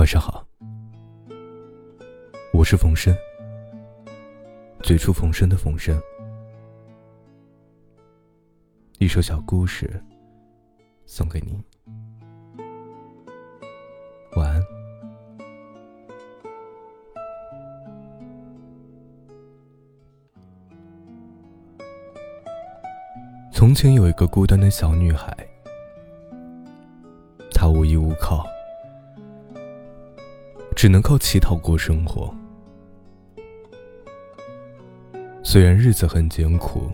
晚上好，我是冯生，最初冯生的冯生。一首小故事送给你，晚安。从前有一个孤单的小女孩，她无依无靠，只能靠乞讨过生活。虽然日子很艰苦，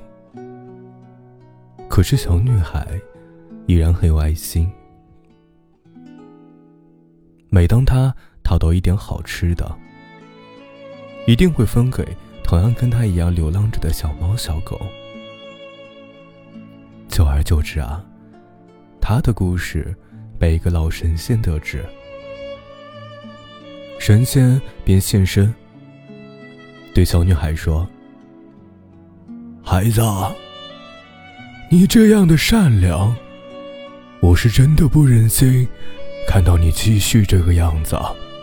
可是小女孩依然很有爱心。每当她讨到一点好吃的，一定会分给同样跟她一样流浪着的小猫小狗。久而久之啊，她的故事被一个老神仙得知，神仙便现身，对小女孩说：孩子，你这样的善良，我是真的不忍心看到你继续这个样子。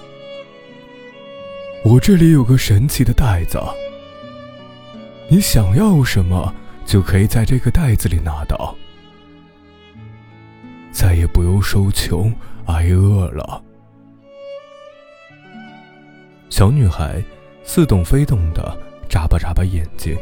我这里有个神奇的袋子，你想要什么就可以在这个袋子里拿到，再也不用受穷挨饿了。小女孩似懂非懂地眨巴眨巴眼睛，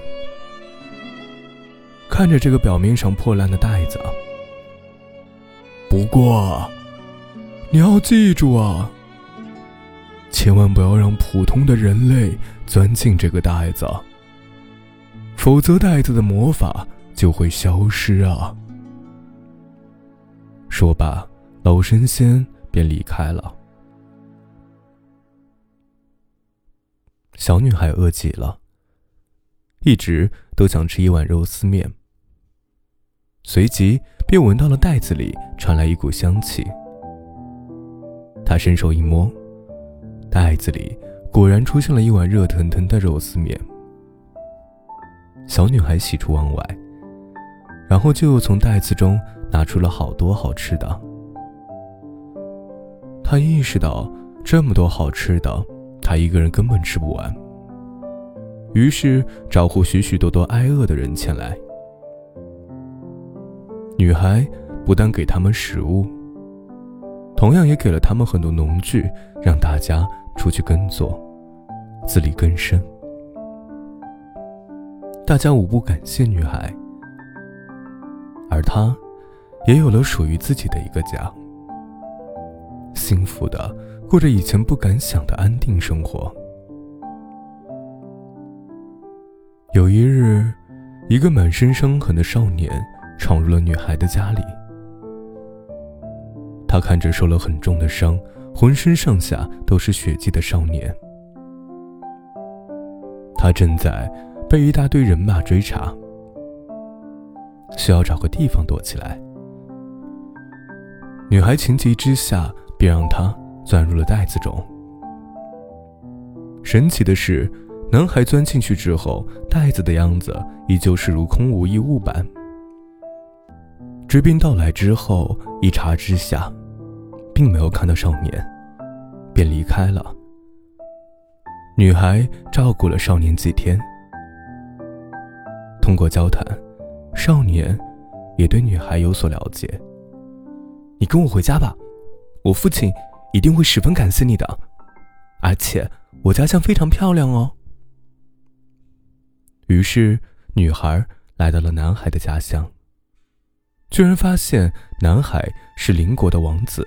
看着这个表面上破烂的袋子。不过你要记住啊，千万不要让普通的人类钻进这个袋子，否则袋子的魔法就会消失啊。说罢，老神仙便离开了。小女孩饿极了，一直都想吃一碗肉丝面，随即便闻到了袋子里传来一股香气。她伸手一摸，袋子里果然出现了一碗热腾腾的肉丝面。小女孩喜出望外，然后就从袋子中拿出了好多好吃的。她意识到这么多好吃的，她一个人根本吃不完，于是招呼许许多多挨饿的人前来。女孩不但给他们食物，同样也给了他们很多农具，让大家出去耕作，自力更生。大家无不感谢女孩，而她也有了属于自己的一个家，幸福的过着以前不敢想的安定生活。有一日，一个满身伤痕的少年闯入了女孩的家里。他看着受了很重的伤，浑身上下都是血迹的少年，他正在被一大堆人马追查，需要找个地方躲起来。女孩情急之下便让他钻入了袋子中。神奇的是，男孩钻进去之后，袋子的样子依旧是如空无一物般。追兵到来之后，一查之下并没有看到少年，便离开了。女孩照顾了少年几天，通过交谈，少年也对女孩有所了解。你跟我回家吧，我父亲一定会十分感谢你的，而且我家乡非常漂亮哦。于是女孩来到了男孩的家乡，居然发现男孩是邻国的王子。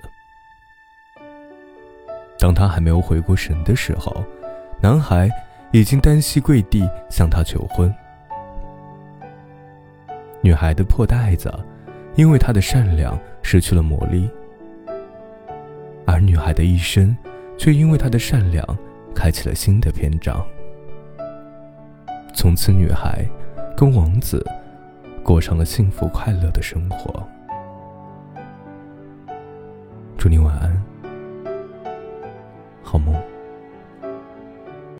当他还没有回过神的时候，男孩已经单膝跪地向她求婚。女孩的破袋子因为她的善良失去了魔力，而女孩的一生却因为她的善良开启了新的篇章。从此女孩跟王子过上了幸福快乐的生活。祝你晚安。